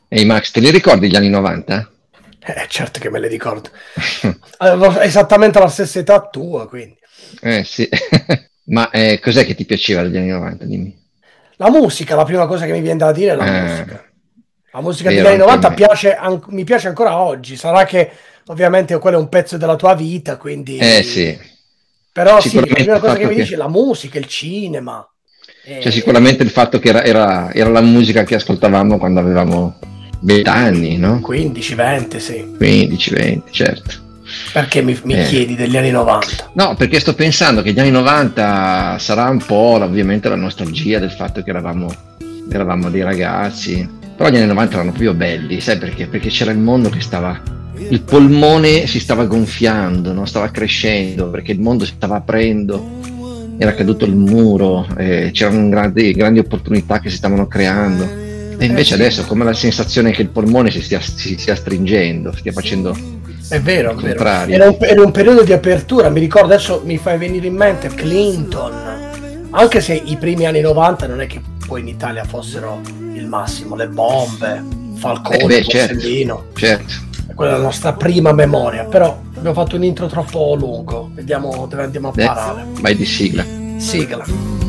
Ehi Max, te li ricordi gli anni 90? Certo che me le ricordo. Avevo esattamente la stessa età tua, quindi. Sì. Ma cos'è che ti piaceva degli anni 90? Dimmi. La musica, la prima cosa che mi viene da dire è la Ah, musica. La musica degli vero, anni anche a 90 me. mi piace ancora oggi. Sarà che ovviamente quello è un pezzo della tua vita, Sì, quindi. Però sì, la sicuramente prima il cosa che fatto mi che, dici è la musica, il cinema. cioè, E sicuramente il fatto che era la musica che ascoltavamo quando avevamo 20 anni, no? 15, 20, sì. 15, 20, certo. Perché mi Eh, chiedi degli anni 90? No, perché sto pensando che gli anni 90 sarà un po' ovviamente la nostalgia del fatto che eravamo dei ragazzi, però gli anni 90 erano proprio belli, sai perché? Perché c'era il mondo che il polmone si stava gonfiando, no? Stava crescendo, perché il mondo si stava aprendo, era caduto il muro, c'erano grandi opportunità che si stavano creando. E invece Sì. adesso come la sensazione che il polmone si stia stringendo, stia facendo È vero, il è vero. contrario. Era un periodo di apertura, mi ricordo, adesso mi fai venire in mente Clinton, anche se i primi anni 90 non è che poi in Italia fossero il massimo, le bombe, Falcone, Certo, Borsellino, certo. quella è la nostra prima memoria, però abbiamo fatto un intro troppo lungo, vediamo dove andiamo a parare. Vai di sigla. Sigla.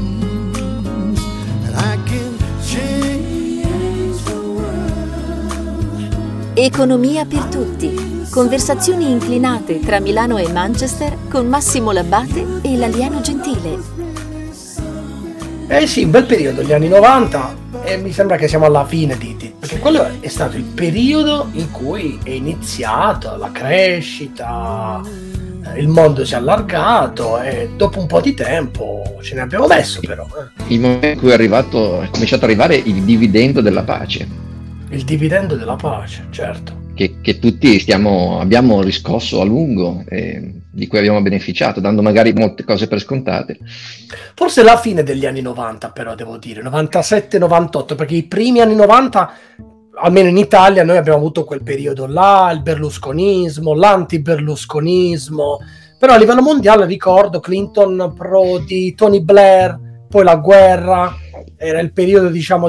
Economia per tutti. Conversazioni inclinate tra Milano e Manchester con Massimo Labbate e l'alieno gentile. Eh sì, un bel periodo, gli anni 90, e mi sembra che siamo alla fine perché quello è stato il periodo in cui è iniziata la crescita, il mondo si è allargato e dopo un po' di tempo ce ne abbiamo messo però. Il momento in cui è cominciato ad arrivare il dividendo della pace, Il dividendo della pace, certo. che tutti abbiamo riscosso a lungo, di cui abbiamo beneficiato, dando magari molte cose per scontate. Forse la fine degli anni 90 però devo dire, 97-98, perché i primi anni 90, almeno in Italia, noi abbiamo avuto quel periodo là, il berlusconismo, l'anti-berlusconismo, però a livello mondiale ricordo Clinton, Prodi, Tony Blair, poi la guerra, era il periodo diciamo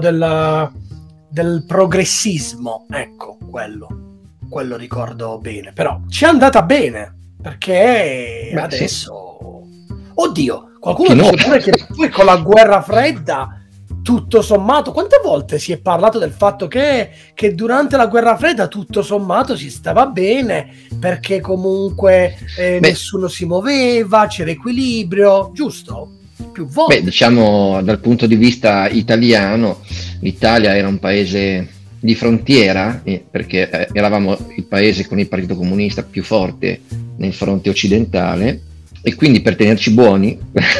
del progressismo, ecco, quello ricordo bene, però ci è andata bene, perché adesso, oddio, qualcuno dice pure che poi con la guerra fredda, tutto sommato, quante volte si è parlato del fatto che durante la guerra fredda tutto sommato si stava bene, perché comunque nessuno si muoveva, c'era equilibrio, giusto? Più volte. Diciamo dal punto di vista italiano, l'Italia era un paese di frontiera, perché eravamo il paese con il Partito Comunista più forte nel fronte occidentale, e quindi per tenerci buoni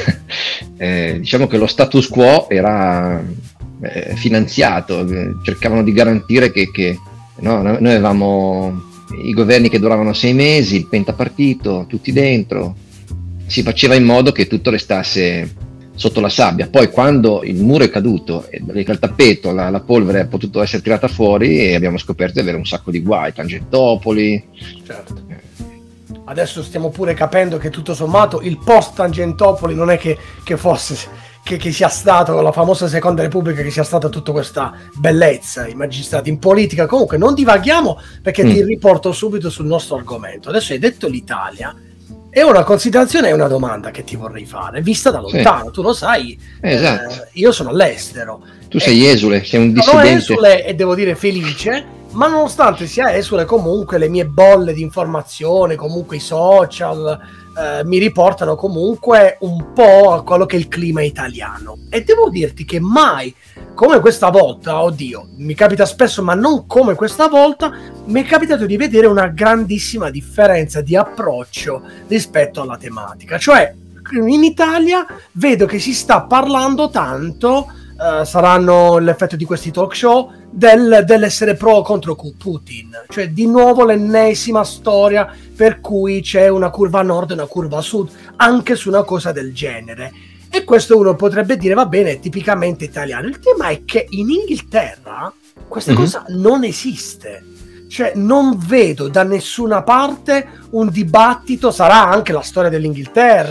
diciamo che lo status quo era finanziato, cercavano di garantire che no, noi avevamo i governi che duravano 6 mesi, il pentapartito, tutti dentro, si faceva in modo che tutto restasse sotto la sabbia. Poi quando il muro è caduto e il tappeto, la polvere è potuto essere tirata fuori, e abbiamo scoperto di avere un sacco di guai, Tangentopoli. Certo. Adesso stiamo pure capendo che tutto sommato il post Tangentopoli non è che fosse che sia stato la famosa Seconda Repubblica, che sia stata tutta questa bellezza, i magistrati in politica. Comunque non divaghiamo, perché ti riporto subito sul nostro argomento. Adesso hai detto l'Italia, è una considerazione e una domanda che ti vorrei fare, vista da lontano. Sì. Tu lo sai, esatto. Io sono all'estero. Tu sei esule, sei un dissidente. Sono esule e devo dire felice, ma nonostante sia esule, comunque le mie bolle di informazione, comunque i social, mi riportano comunque un po' a quello che è il clima italiano. E devo dirti che mai come questa volta, oddio, mi capita spesso, ma non come questa volta, mi è capitato di vedere una grandissima differenza di approccio rispetto alla tematica. Cioè, in Italia vedo che si sta parlando tanto, saranno l'effetto di questi talk show, dell'essere pro o contro Putin. Cioè, di nuovo l'ennesima storia per cui c'è una curva a nord e una curva a sud, anche su una cosa del genere. E questo uno potrebbe dire, va bene, è tipicamente italiano. Il tema è che in Inghilterra questa cosa non esiste. Cioè, non vedo da nessuna parte un dibattito, sarà anche la storia dell'Inghilterra,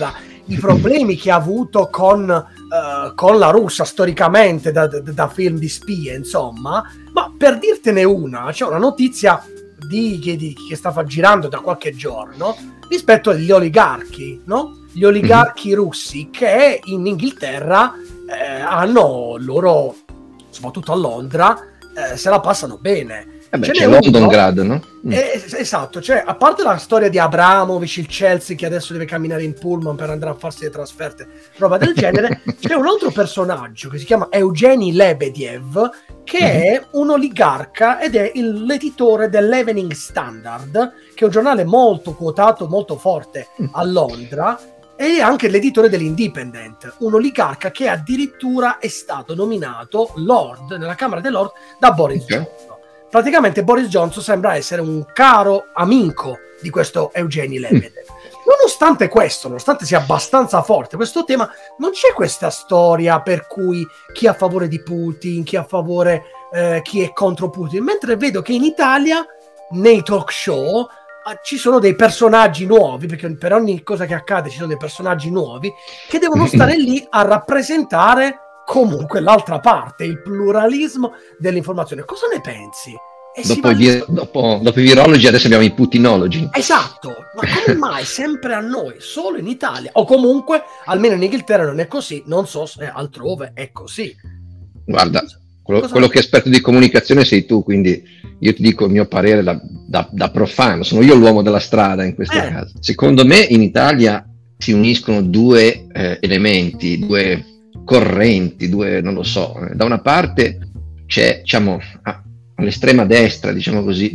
i problemi che ha avuto con la Russia storicamente da film di spie, insomma. Ma per dirtene una, c'è una notizia che stava girando da qualche giorno rispetto agli oligarchi, no? Gli oligarchi russi che in Inghilterra hanno loro, soprattutto a Londra, se la passano bene. C'è Londongrad, no? Esatto, cioè, a parte la storia di Abramovich, il Chelsea che adesso deve camminare in pullman per andare a farsi le trasferte, roba del genere, c'è un altro personaggio che si chiama Eugeni Lebedev, che è un oligarca ed è l'editore dell'Evening Standard, che è un giornale molto quotato, molto forte a Londra, e è anche l'editore dell'Independent, un oligarca che addirittura è stato nominato Lord nella Camera dei Lord da Boris Johnson. Praticamente Boris Johnson sembra essere un caro amico di questo Eugeni Lebedev. Nonostante questo, nonostante sia abbastanza forte questo tema, non c'è questa storia per cui chi è a favore di Putin, chi è a favore, chi è contro Putin, mentre vedo che in Italia, nei talk show, ci sono dei personaggi nuovi, perché per ogni cosa che accade ci sono dei personaggi nuovi, che devono stare lì a rappresentare comunque l'altra parte, il pluralismo dell'informazione. Cosa ne pensi? Dopo i virologi adesso abbiamo i putinologi. Esatto, ma come mai sempre a noi, solo in Italia? O comunque, almeno in Inghilterra non è così, non so se altrove è così. Guarda, quello che è esperto di comunicazione sei tu, quindi io ti dico il mio parere da profano, sono io l'uomo della strada in questo caso. Secondo me in Italia si uniscono due elementi, due correnti, non lo so. Da una parte c'è, diciamo, all'estrema destra, diciamo così,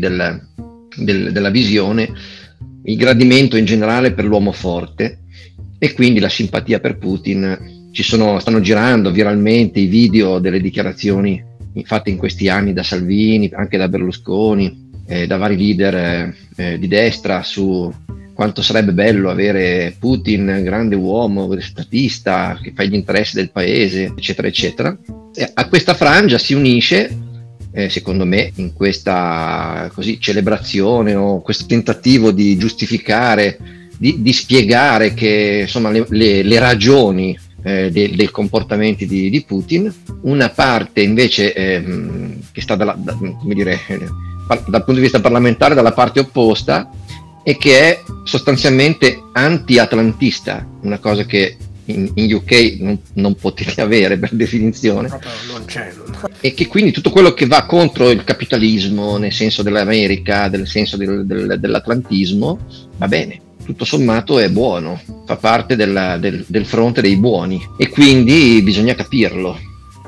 della visione, il gradimento in generale per l'uomo forte e quindi la simpatia per Putin. Stanno girando viralmente i video delle dichiarazioni fatte in questi anni da Salvini, anche da Berlusconi, da vari leader di destra su quanto sarebbe bello avere Putin, grande uomo, statista, che fa gli interessi del paese, eccetera, eccetera. E a questa frangia si unisce, secondo me, in questa celebrazione o questo tentativo di giustificare, di spiegare che insomma le ragioni dei comportamenti di Putin, una parte invece che sta come dire, dal punto di vista parlamentare dalla parte opposta, e che è sostanzialmente anti-atlantista, una cosa che in UK non potevi avere per definizione, non c'è. E che quindi tutto quello che va contro il capitalismo, nel senso dell'America, nel senso dell'atlantismo, va bene, tutto sommato è buono, fa parte del fronte dei buoni, e quindi bisogna capirlo.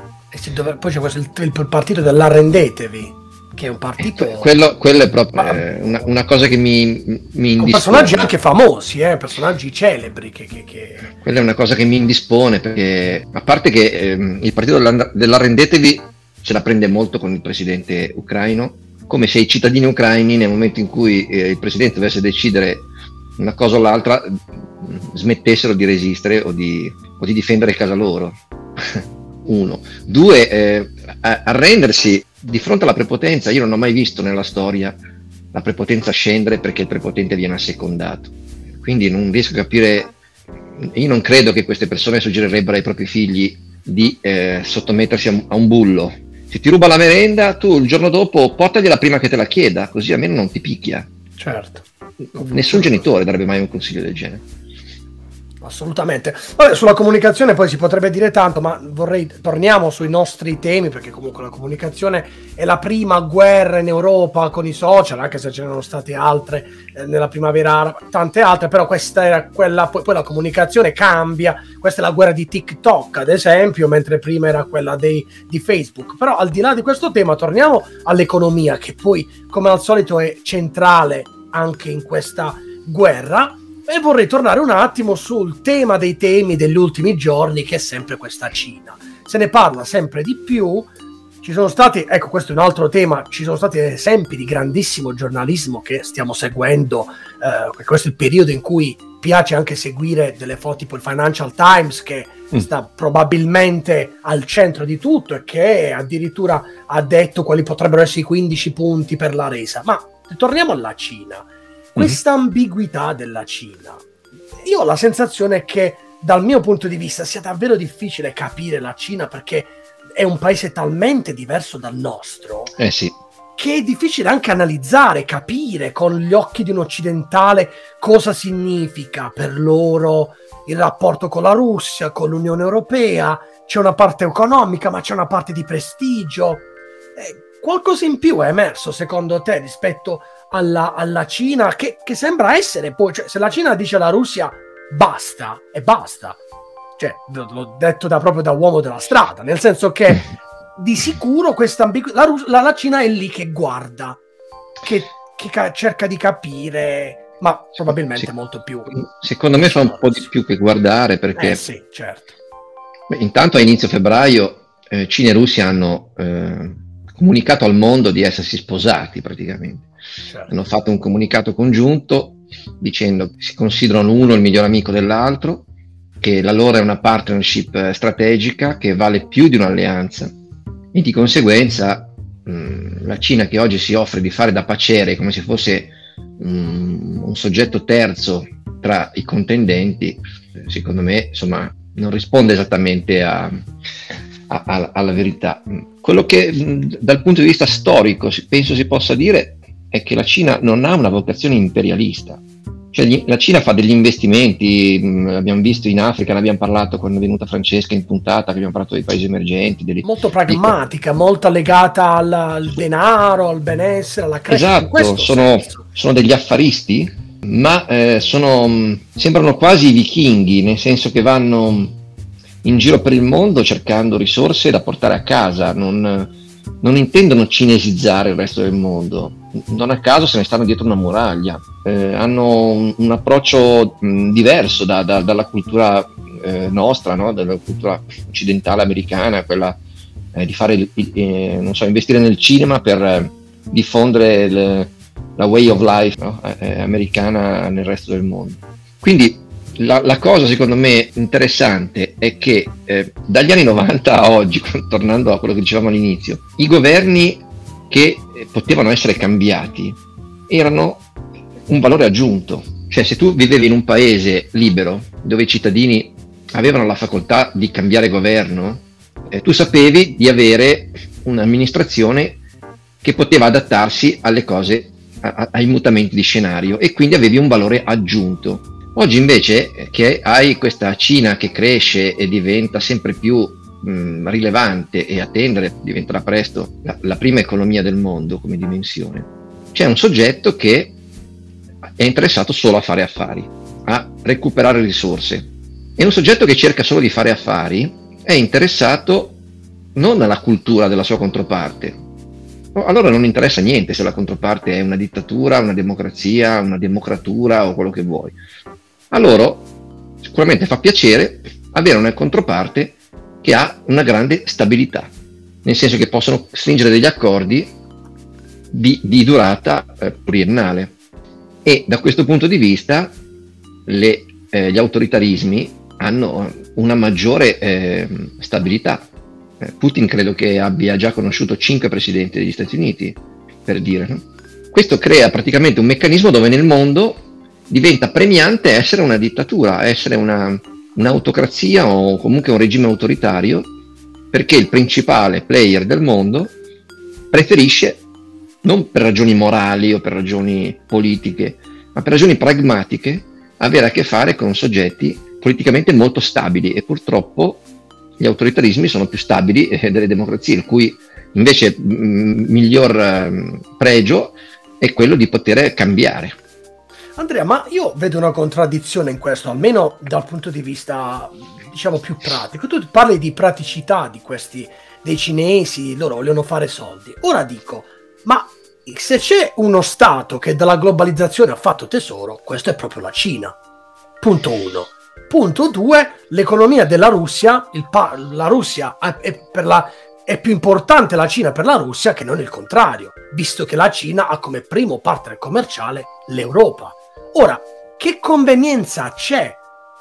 Poi c'è questo il partito dell'arrendetevi, che è un partito... Quello è proprio una cosa che mi indispone. Con personaggi anche famosi, personaggi celebri. Quella è una cosa che mi indispone, perché a parte che il partito dell'arrendetevi se la prende molto con il presidente ucraino, come se i cittadini ucraini, nel momento in cui il presidente dovesse decidere una cosa o l'altra, smettessero di resistere o di difendere casa loro. Uno. Due, arrendersi di fronte alla prepotenza. Io non ho mai visto nella storia la prepotenza scendere perché il prepotente viene assecondato, quindi non riesco a capire. Io non credo che queste persone suggerirebbero ai propri figli di sottomettersi a un bullo. Se ti ruba la merenda, tu il giorno dopo portagliela prima che te la chieda, così almeno non ti picchia. Certo. Nessun genitore darebbe mai un consiglio del genere. Assolutamente. Vabbè, sulla comunicazione poi si potrebbe dire tanto, ma torniamo sui nostri temi, perché comunque la comunicazione è la prima guerra in Europa con i social, anche se ce ne erano state altre nella primavera araba, tante altre, però questa era quella, poi la comunicazione cambia, questa è la guerra di TikTok ad esempio, mentre prima era quella di Facebook. Però al di là di questo tema torniamo all'economia, che poi come al solito è centrale anche in questa guerra. E vorrei tornare un attimo sul tema dei temi degli ultimi giorni, che è sempre questa Cina. Se ne parla sempre di più. Ci sono stati, ecco, questo è un altro tema, ci sono stati esempi di grandissimo giornalismo che stiamo seguendo. Questo è il periodo in cui piace anche seguire delle foto tipo il Financial Times, che sta probabilmente al centro di tutto e che addirittura ha detto quali potrebbero essere i 15 punti per la resa. Ma torniamo alla Cina. Questa ambiguità della Cina, io ho la sensazione che dal mio punto di vista sia davvero difficile capire la Cina, perché è un paese talmente diverso dal nostro, Sì. che è difficile anche analizzare, capire con gli occhi di un occidentale cosa significa per loro il rapporto con la Russia, con l'Unione Europea. C'è una parte economica, ma c'è una parte di prestigio. Qualcosa in più è emerso secondo te rispetto alla Cina, che sembra essere poi, cioè, se la Cina dice alla Russia basta e basta, cioè l'ho detto proprio da uomo della strada, nel senso che di sicuro questa la Cina è lì che guarda, che cerca di capire, ma probabilmente molto più. Secondo me fa un po' di più che guardare, perché sì, certo. Intanto a inizio febbraio Cina e Russia hanno comunicato al mondo di essersi sposati praticamente. Certo. Hanno fatto un comunicato congiunto dicendo che si considerano uno il miglior amico dell'altro, che la loro è una partnership strategica che vale più di un'alleanza, e di conseguenza la Cina, che oggi si offre di fare da paciere come se fosse un soggetto terzo tra i contendenti, secondo me insomma non risponde esattamente alla verità. Quello che dal punto di vista storico penso si possa dire è che la Cina non ha una vocazione imperialista, cioè la Cina fa degli investimenti, abbiamo visto in Africa, ne abbiamo parlato quando è venuta Francesca in puntata, che abbiamo parlato dei paesi emergenti, molto pragmatica, molto legata al denaro, al benessere, alla crescita. Esatto, sono degli affaristi, ma sembrano quasi i vichinghi, nel senso che vanno in giro per il mondo cercando risorse da portare a casa, non intendono cinesizzare il resto del mondo, non a caso se ne stanno dietro una muraglia, hanno un approccio diverso dalla cultura nostra, no? Dalla cultura occidentale americana, quella di fare, non so, investire nel cinema per diffondere la way of life, no? Americana nel resto del mondo. Quindi la cosa secondo me interessante è che dagli anni 90 a oggi, tornando a quello che dicevamo all'inizio, i governi che potevano essere cambiati erano un valore aggiunto. Cioè, se tu vivevi in un paese libero dove i cittadini avevano la facoltà di cambiare governo, tu sapevi di avere un'amministrazione che poteva adattarsi alle cose, ai mutamenti di scenario, e quindi avevi un valore aggiunto. Oggi invece che hai questa Cina che cresce e diventa sempre più rilevante, e a tendere diventerà presto la prima economia del mondo come dimensione, c'è un soggetto che è interessato solo a fare affari, a recuperare risorse, e un soggetto che cerca solo di fare affari è interessato non alla cultura della sua controparte. Allora non interessa niente se la controparte è una dittatura, una democrazia, una democratura o quello che vuoi. A loro sicuramente fa piacere avere una controparte che ha una grande stabilità, nel senso che possono stringere degli accordi di durata pluriennale, e da questo punto di vista gli autoritarismi hanno una maggiore stabilità. Putin credo che abbia già conosciuto 5 presidenti degli Stati Uniti, per dire, no? Questo crea praticamente un meccanismo dove nel mondo diventa premiante essere una dittatura, essere un'autocrazia o comunque un regime autoritario, perché il principale player del mondo preferisce, non per ragioni morali o per ragioni politiche, ma per ragioni pragmatiche, avere a che fare con soggetti politicamente molto stabili, e purtroppo gli autoritarismi sono più stabili delle democrazie, il cui invece miglior pregio è quello di poter cambiare. Andrea, ma io vedo una contraddizione in questo, almeno dal punto di vista, diciamo, più pratico. Tu parli di praticità dei cinesi, loro vogliono fare soldi. Ora dico, ma se c'è uno stato che dalla globalizzazione ha fatto tesoro, questo è proprio la Cina. Punto 1. Punto 2, l'economia della Russia, la Russia è più importante la Cina per la Russia che non il contrario, visto che la Cina ha come primo partner commerciale l'Europa. Ora, che convenienza c'è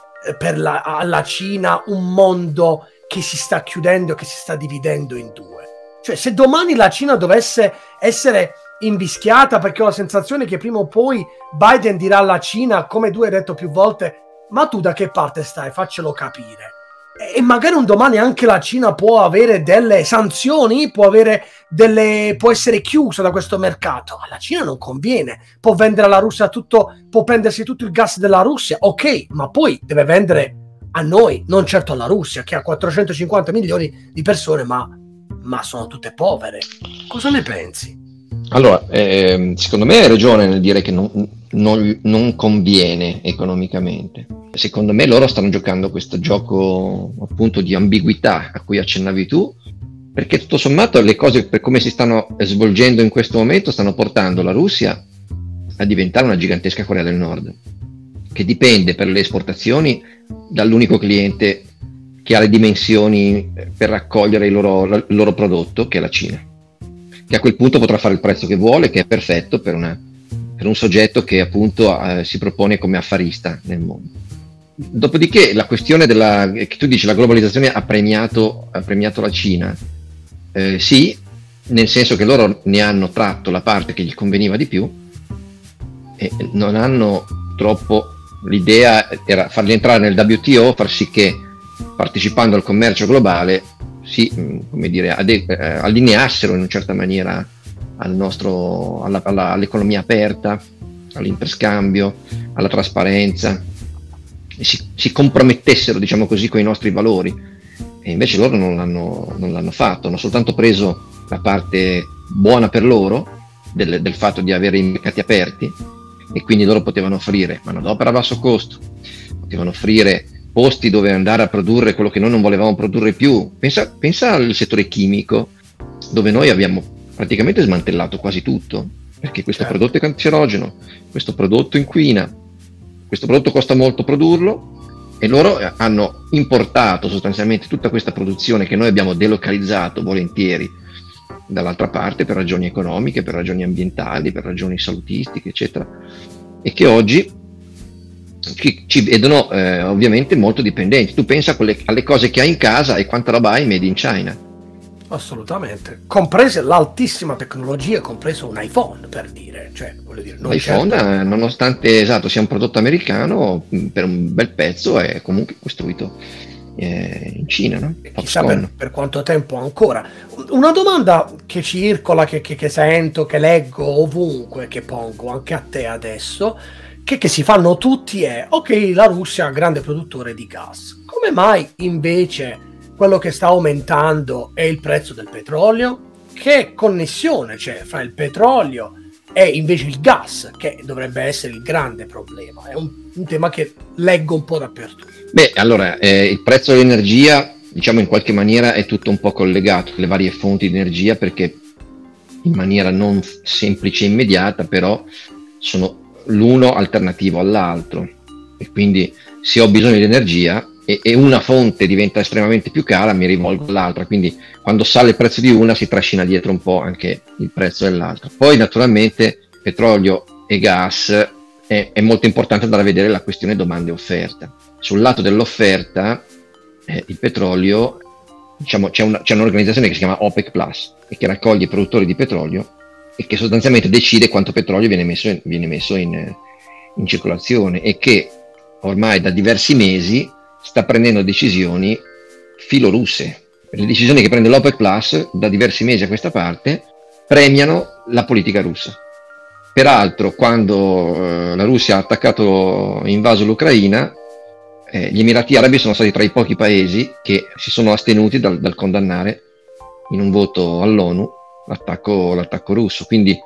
alla Cina un mondo che si sta chiudendo, che si sta dividendo in due? Cioè, se domani la Cina dovesse essere invischiata, perché ho la sensazione che prima o poi Biden dirà alla Cina, come tu hai detto più volte, ma tu da che parte stai? Faccelo capire. E magari un domani anche la Cina può avere delle sanzioni, può essere chiusa da questo mercato. Alla Cina non conviene, può vendere alla Russia tutto, può prendersi tutto il gas della Russia, ok, ma poi deve vendere a noi, non certo alla Russia, che ha 450 milioni di persone, ma sono tutte povere. Cosa ne pensi? Allora, secondo me hai ragione nel dire che non conviene economicamente. Secondo me loro stanno giocando questo gioco appunto di ambiguità a cui accennavi tu, perché tutto sommato le cose, per come si stanno svolgendo in questo momento, stanno portando la Russia a diventare una gigantesca Corea del Nord, che dipende per le esportazioni dall'unico cliente che ha le dimensioni per raccogliere il loro prodotto, che è la Cina, che a quel punto potrà fare il prezzo che vuole, che è perfetto per un soggetto che appunto si propone come affarista nel mondo. Dopodiché la questione che tu dici, la globalizzazione ha premiato la Cina, sì, nel senso che loro ne hanno tratto la parte che gli conveniva di più e non hanno troppo, l'idea era farli entrare nel WTO, far sì che partecipando al commercio globale allineassero in una certa maniera all'economia aperta, all'interscambio, alla trasparenza, e si compromettessero, diciamo così, con i nostri valori. E invece loro non l'hanno fatto, hanno soltanto preso la parte buona per loro del fatto di avere i mercati aperti, e quindi loro potevano offrire manodopera a basso costo, potevano offrire posti dove andare a produrre quello che noi non volevamo produrre più. Pensa al settore chimico, dove noi abbiamo praticamente smantellato quasi tutto, perché questo prodotto è cancerogeno, questo prodotto inquina, questo prodotto costa molto produrlo, e loro hanno importato sostanzialmente tutta questa produzione che noi abbiamo delocalizzato volentieri dall'altra parte per ragioni economiche, per ragioni ambientali, per ragioni salutistiche, eccetera, e che oggi ci vedono ovviamente molto dipendenti. Tu pensa alle cose che hai in casa e quanta roba hai made in China. Assolutamente, comprese l'altissima tecnologia, compreso un iPhone, per dire, cioè, voglio dire, l'iPhone, certo, nonostante sia un prodotto americano, per un bel pezzo è comunque costruito in Cina, no? Chissà per quanto tempo ancora. Una domanda che circola, che sento, che leggo ovunque, che pongo anche a te adesso, che si fanno tutti è: ok, la Russia è un grande produttore di gas, come mai invece quello che sta aumentando è il prezzo del petrolio? Che connessione c'è fra il petrolio e invece il gas, che dovrebbe essere il grande problema? È un tema che leggo un po' dappertutto. Beh, allora, il prezzo dell'energia, diciamo, in qualche maniera è tutto un po' collegato, le varie fonti di energia, perché in maniera non semplice e immediata, però sono l'uno alternativo all'altro, e quindi se ho bisogno di energia e una fonte diventa estremamente più cara, mi rivolgo all'altra, quindi quando sale il prezzo di una si trascina dietro un po' anche il prezzo dell'altra. Poi naturalmente petrolio e gas è molto importante andare a vedere la questione domanda e offerta. Sul lato dell'offerta il petrolio, diciamo, c'è un'organizzazione che si chiama OPEC Plus e che raccoglie i produttori di petrolio e che sostanzialmente decide quanto petrolio viene messo in circolazione, e che ormai da diversi mesi sta prendendo decisioni filorusse. Le decisioni che prende l'OPEC Plus da diversi mesi a questa parte premiano la politica russa. Peraltro, quando la Russia ha invaso l'Ucraina, gli Emirati Arabi sono stati tra i pochi paesi che si sono astenuti dal condannare in un voto all'ONU l'attacco russo. Quindi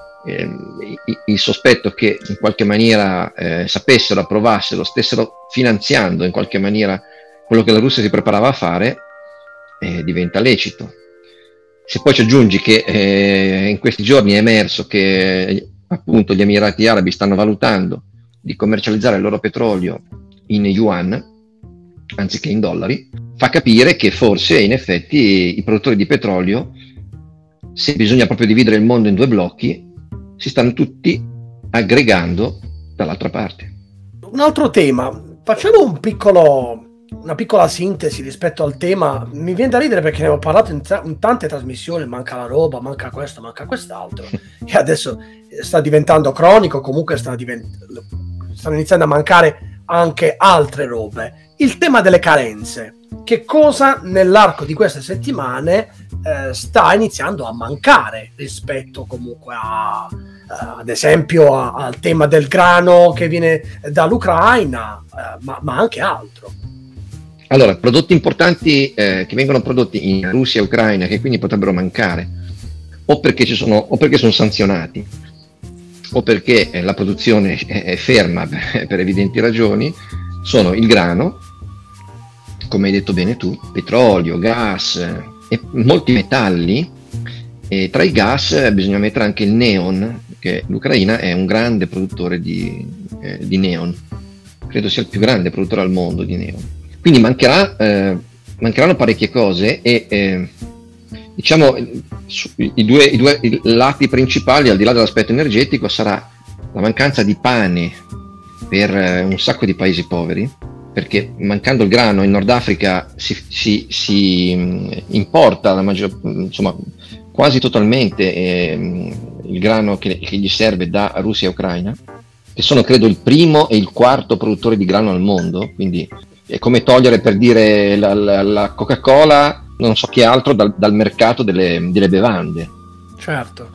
il sospetto che in qualche maniera sapessero, approvassero, stessero finanziando in qualche maniera quello che la Russia si preparava a fare diventa lecito. Se poi ci aggiungi che in questi giorni è emerso che appunto gli Emirati Arabi stanno valutando di commercializzare il loro petrolio in yuan anziché in dollari, fa capire che forse in effetti i produttori di petrolio, se bisogna proprio dividere il mondo in due blocchi, si stanno tutti aggregando dall'altra parte. Un altro tema, facciamo una piccola sintesi rispetto al tema. Mi viene da ridere perché ne ho parlato in tante trasmissioni, manca la roba, manca questo, manca quest'altro, e adesso sta diventando cronico, comunque stanno iniziando a mancare anche altre robe. Il tema delle carenze. Che cosa nell'arco di queste settimane sta iniziando a mancare rispetto comunque ad esempio al tema del grano che viene dall'Ucraina, ma anche altro. Allora, prodotti importanti che vengono prodotti in Russia e Ucraina, che quindi potrebbero mancare, o perché sono sanzionati, o perché la produzione è ferma per evidenti ragioni, sono il grano, come hai detto bene tu, petrolio, gas e molti metalli, e tra i gas bisogna mettere anche il neon, che l'Ucraina è un grande produttore di neon, credo sia il più grande produttore al mondo di neon. Quindi mancheranno parecchie cose e diciamo i due lati principali, al di là dell'aspetto energetico, sarà la mancanza di pane per un sacco di paesi poveri, perché mancando il grano in Nord Africa si importa quasi totalmente il grano che gli serve da Russia e Ucraina, che sono credo il primo e il quarto produttore di grano al mondo, quindi è come togliere, per dire, la Coca-Cola, non so che altro, dal mercato delle bevande. Certo.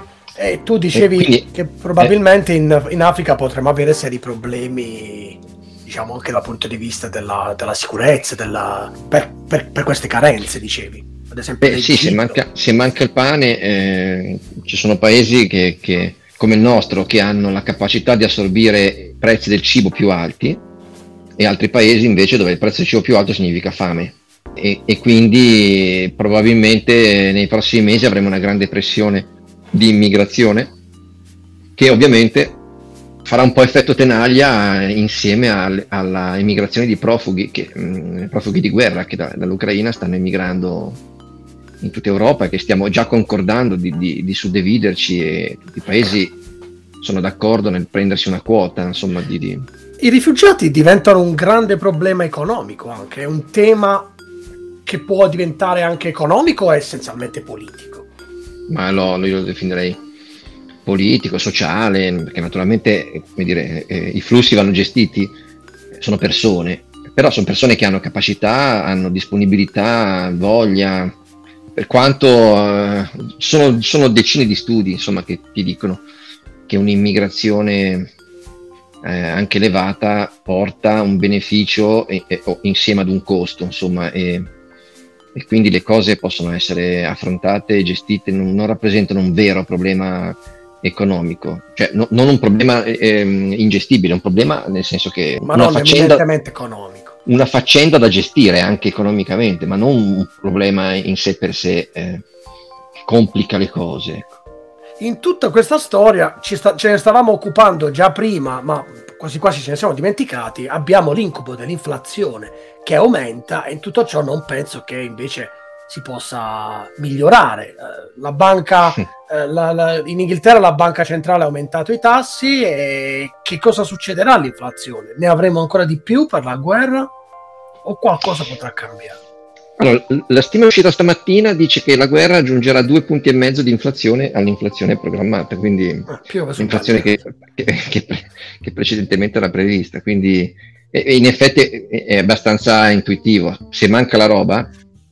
E tu dicevi quindi, che probabilmente in Africa potremmo avere seri problemi, diciamo anche dal punto di vista della sicurezza, per queste carenze, dicevi. Ad esempio, sì, se manca il pane, ci sono paesi che come il nostro, che hanno la capacità di assorbire prezzi del cibo più alti, e altri paesi invece dove il prezzo del cibo più alto significa fame, e quindi probabilmente nei prossimi mesi avremo una grande pressione di immigrazione, che ovviamente farà un po' effetto tenaglia insieme alla immigrazione di profughi di guerra che dall'Ucraina stanno emigrando in tutta Europa, e che stiamo già concordando di suddividerci, e tutti i paesi sono d'accordo nel prendersi una quota, insomma, I rifugiati diventano un grande problema economico, anche è un tema che può diventare anche economico o essenzialmente politico? Ma io lo definirei politico, sociale, perché naturalmente, come dire, i flussi vanno gestiti, sono persone, però sono persone che hanno capacità, hanno disponibilità, voglia, per quanto sono decine di studi, insomma, che ti dicono che un'immigrazione anche elevata porta un beneficio insieme ad un costo, insomma, e quindi le cose possono essere affrontate e gestite, non rappresentano un vero problema economico, cioè non un problema ingestibile, un problema nel senso che evidentemente economico, una faccenda da gestire anche economicamente, ma non un problema in sé per sé che complica le cose, ecco. In tutta questa storia ce ne stavamo occupando già prima, ma quasi quasi ce ne siamo dimenticati. Abbiamo l'incubo dell'inflazione che aumenta, e in tutto ciò non penso che invece si possa migliorare. La banca in Inghilterra la banca centrale ha aumentato i tassi, e che cosa succederà all'inflazione? Ne avremo ancora di più per la guerra o qualcosa potrà cambiare? Allora, la stima uscita stamattina dice che la guerra aggiungerà 2,5 punti di inflazione all'inflazione programmata, quindi l'inflazione che precedentemente era prevista, quindi in effetti è abbastanza intuitivo. Se manca la roba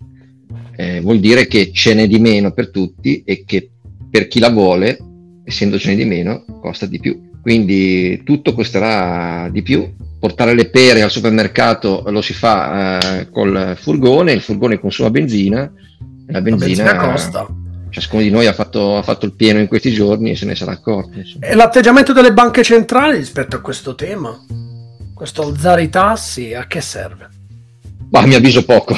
vuol dire che ce n'è di meno per tutti, e che per chi la vuole, essendocene di meno, costa di più, quindi tutto costerà di più. Portare le pere al supermercato lo si fa col furgone, il furgone consuma benzina, e la benzina costa. Ciascuno di noi ha fatto il pieno in questi giorni e se ne sarà accorto, insomma. E l'atteggiamento delle banche centrali rispetto a questo tema? Questo alzare i tassi a che serve? A mio avviso poco,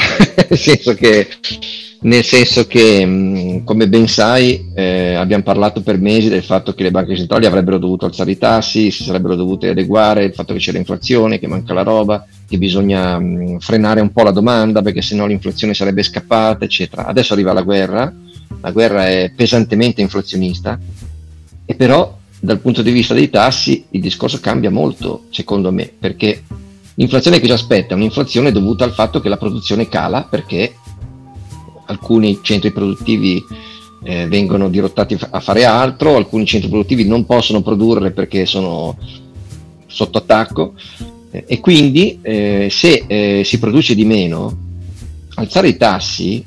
nel senso che come ben sai abbiamo parlato per mesi del fatto che le banche centrali avrebbero dovuto alzare i tassi, si sarebbero dovute adeguare, il fatto che c'è l'inflazione, che manca la roba, che bisogna frenare un po' la domanda perché sennò l'inflazione sarebbe scappata, eccetera. Adesso arriva la guerra è pesantemente inflazionista, e però dal punto di vista dei tassi il discorso cambia molto, secondo me, perché l'inflazione che ci aspetta è un'inflazione dovuta al fatto che la produzione cala, perché alcuni centri produttivi vengono dirottati a fare altro, alcuni centri produttivi non possono produrre perché sono sotto attacco, E quindi se si produce di meno, alzare i tassi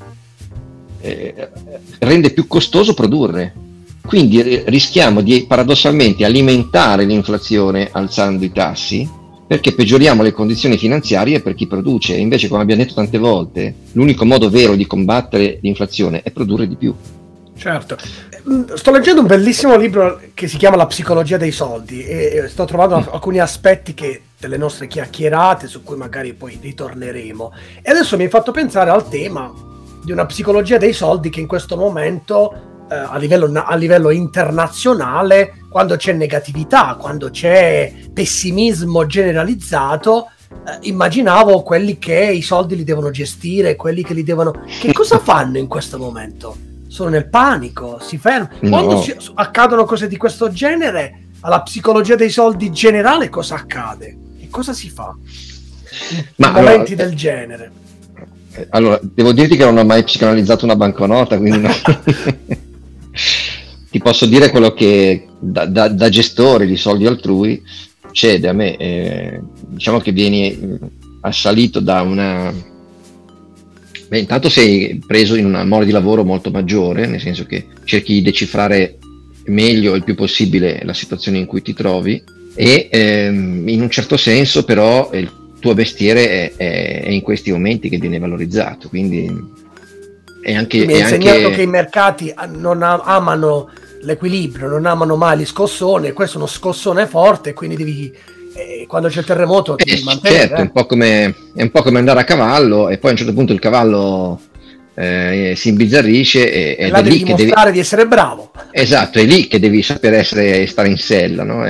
rende più costoso produrre. Quindi rischiamo di paradossalmente alimentare l'inflazione alzando i tassi, perché peggioriamo le condizioni finanziarie per chi produce. Invece, come abbiamo detto tante volte, l'unico modo vero di combattere l'inflazione è produrre di più. Certo. Sto leggendo un bellissimo libro che si chiama La psicologia dei soldi e sto trovando alcuni aspetti delle nostre chiacchierate su cui magari poi ritorneremo. E adesso mi hai fatto pensare al tema di una psicologia dei soldi che in questo momento a livello internazionale, quando c'è negatività, quando c'è pessimismo generalizzato, immaginavo quelli che i soldi li devono gestire, quelli che li devono... Che cosa fanno in questo momento? Sono nel panico, si fermano. No. Quando accadono cose di questo genere, alla psicologia dei soldi generale cosa accade? E cosa si fa in momenti del genere? Allora, devo dirti che non ho mai psicanalizzato una banconota, quindi no. Ti posso dire quello che da gestore di soldi altrui succede a me. Diciamo che vieni assalito da una... Beh, intanto sei preso in una mole di lavoro molto maggiore, nel senso che cerchi di decifrare meglio il più possibile la situazione in cui ti trovi e in un certo senso però il tuo mestiere è in questi momenti che viene valorizzato, quindi è anche... Mi hai insegnato che i mercati non amano l'equilibrio, non amano mai gli scossoni, e questo è uno scossone forte, quindi devi... quando c'è il terremoto ti devi mantenere. Certo, è un po' come andare a cavallo e poi a un certo punto il cavallo si imbizzarrisce e là è devi lì che dimostrare di essere bravo. Esatto, è lì che devi saper stare in sella, no?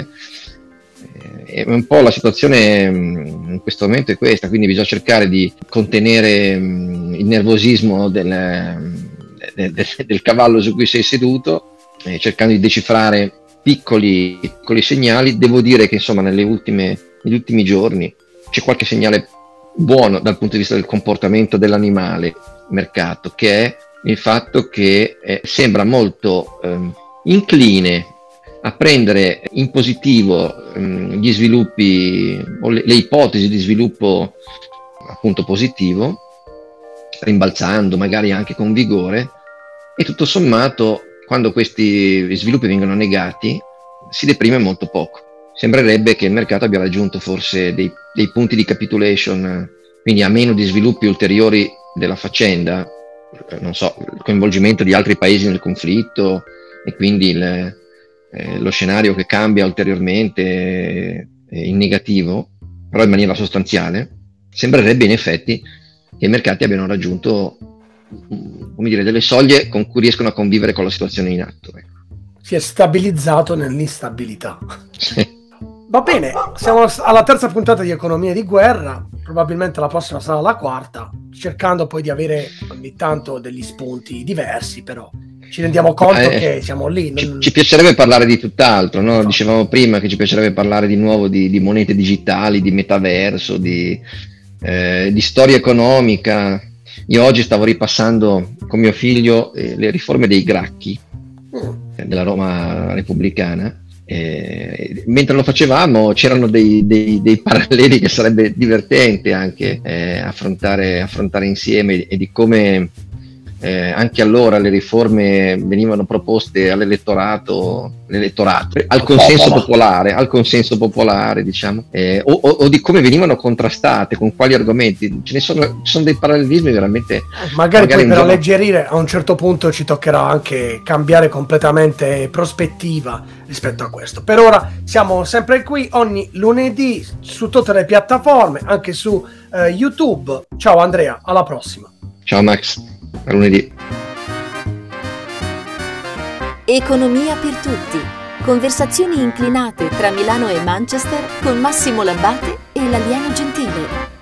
È un po' la situazione in questo momento è questa, quindi bisogna cercare di contenere il nervosismo del cavallo su cui sei seduto, cercando di decifrare piccoli segnali. Devo dire che insomma negli ultimi giorni c'è qualche segnale buono dal punto di vista del comportamento dell'animale mercato, che è il fatto che sembra molto incline a prendere in positivo gli sviluppi o le ipotesi di sviluppo appunto positivo, rimbalzando magari anche con vigore, e tutto sommato quando questi sviluppi vengono negati si deprime molto poco. Sembrerebbe che il mercato abbia raggiunto forse dei punti di capitulation, quindi a meno di sviluppi ulteriori della faccenda, non so, il coinvolgimento di altri paesi nel conflitto e quindi lo scenario che cambia ulteriormente in negativo, però in maniera sostanziale, sembrerebbe in effetti che i mercati abbiano raggiunto, come dire, delle soglie con cui riescono a convivere con la situazione in atto. Si è stabilizzato nell'instabilità. Va bene, siamo alla terza puntata di Economia di Guerra, probabilmente la prossima sarà la quarta, cercando poi di avere ogni tanto degli spunti diversi, però ci rendiamo conto che siamo lì. Ci piacerebbe parlare di tutt'altro, no? Dicevamo prima che ci piacerebbe parlare di nuovo di monete digitali, di metaverso, di storia economica. Io oggi stavo ripassando con mio figlio le riforme dei Gracchi della Roma repubblicana. Mentre lo facevamo c'erano dei paralleli che sarebbe divertente anche affrontare insieme, e di come anche allora le riforme venivano proposte all'elettorato, al consenso popolare, diciamo, o di come venivano contrastate, con quali argomenti. Ci sono dei parallelismi veramente. Magari poi per alleggerire a un certo punto ci toccherà anche cambiare completamente prospettiva rispetto a questo. Per ora siamo sempre qui ogni lunedì su tutte le piattaforme, anche su YouTube. Ciao Andrea, alla prossima. Ciao Max, a lunedì. Economia per tutti. Conversazioni inclinate tra Milano e Manchester con Massimo Labbate e l'alieno Gentile.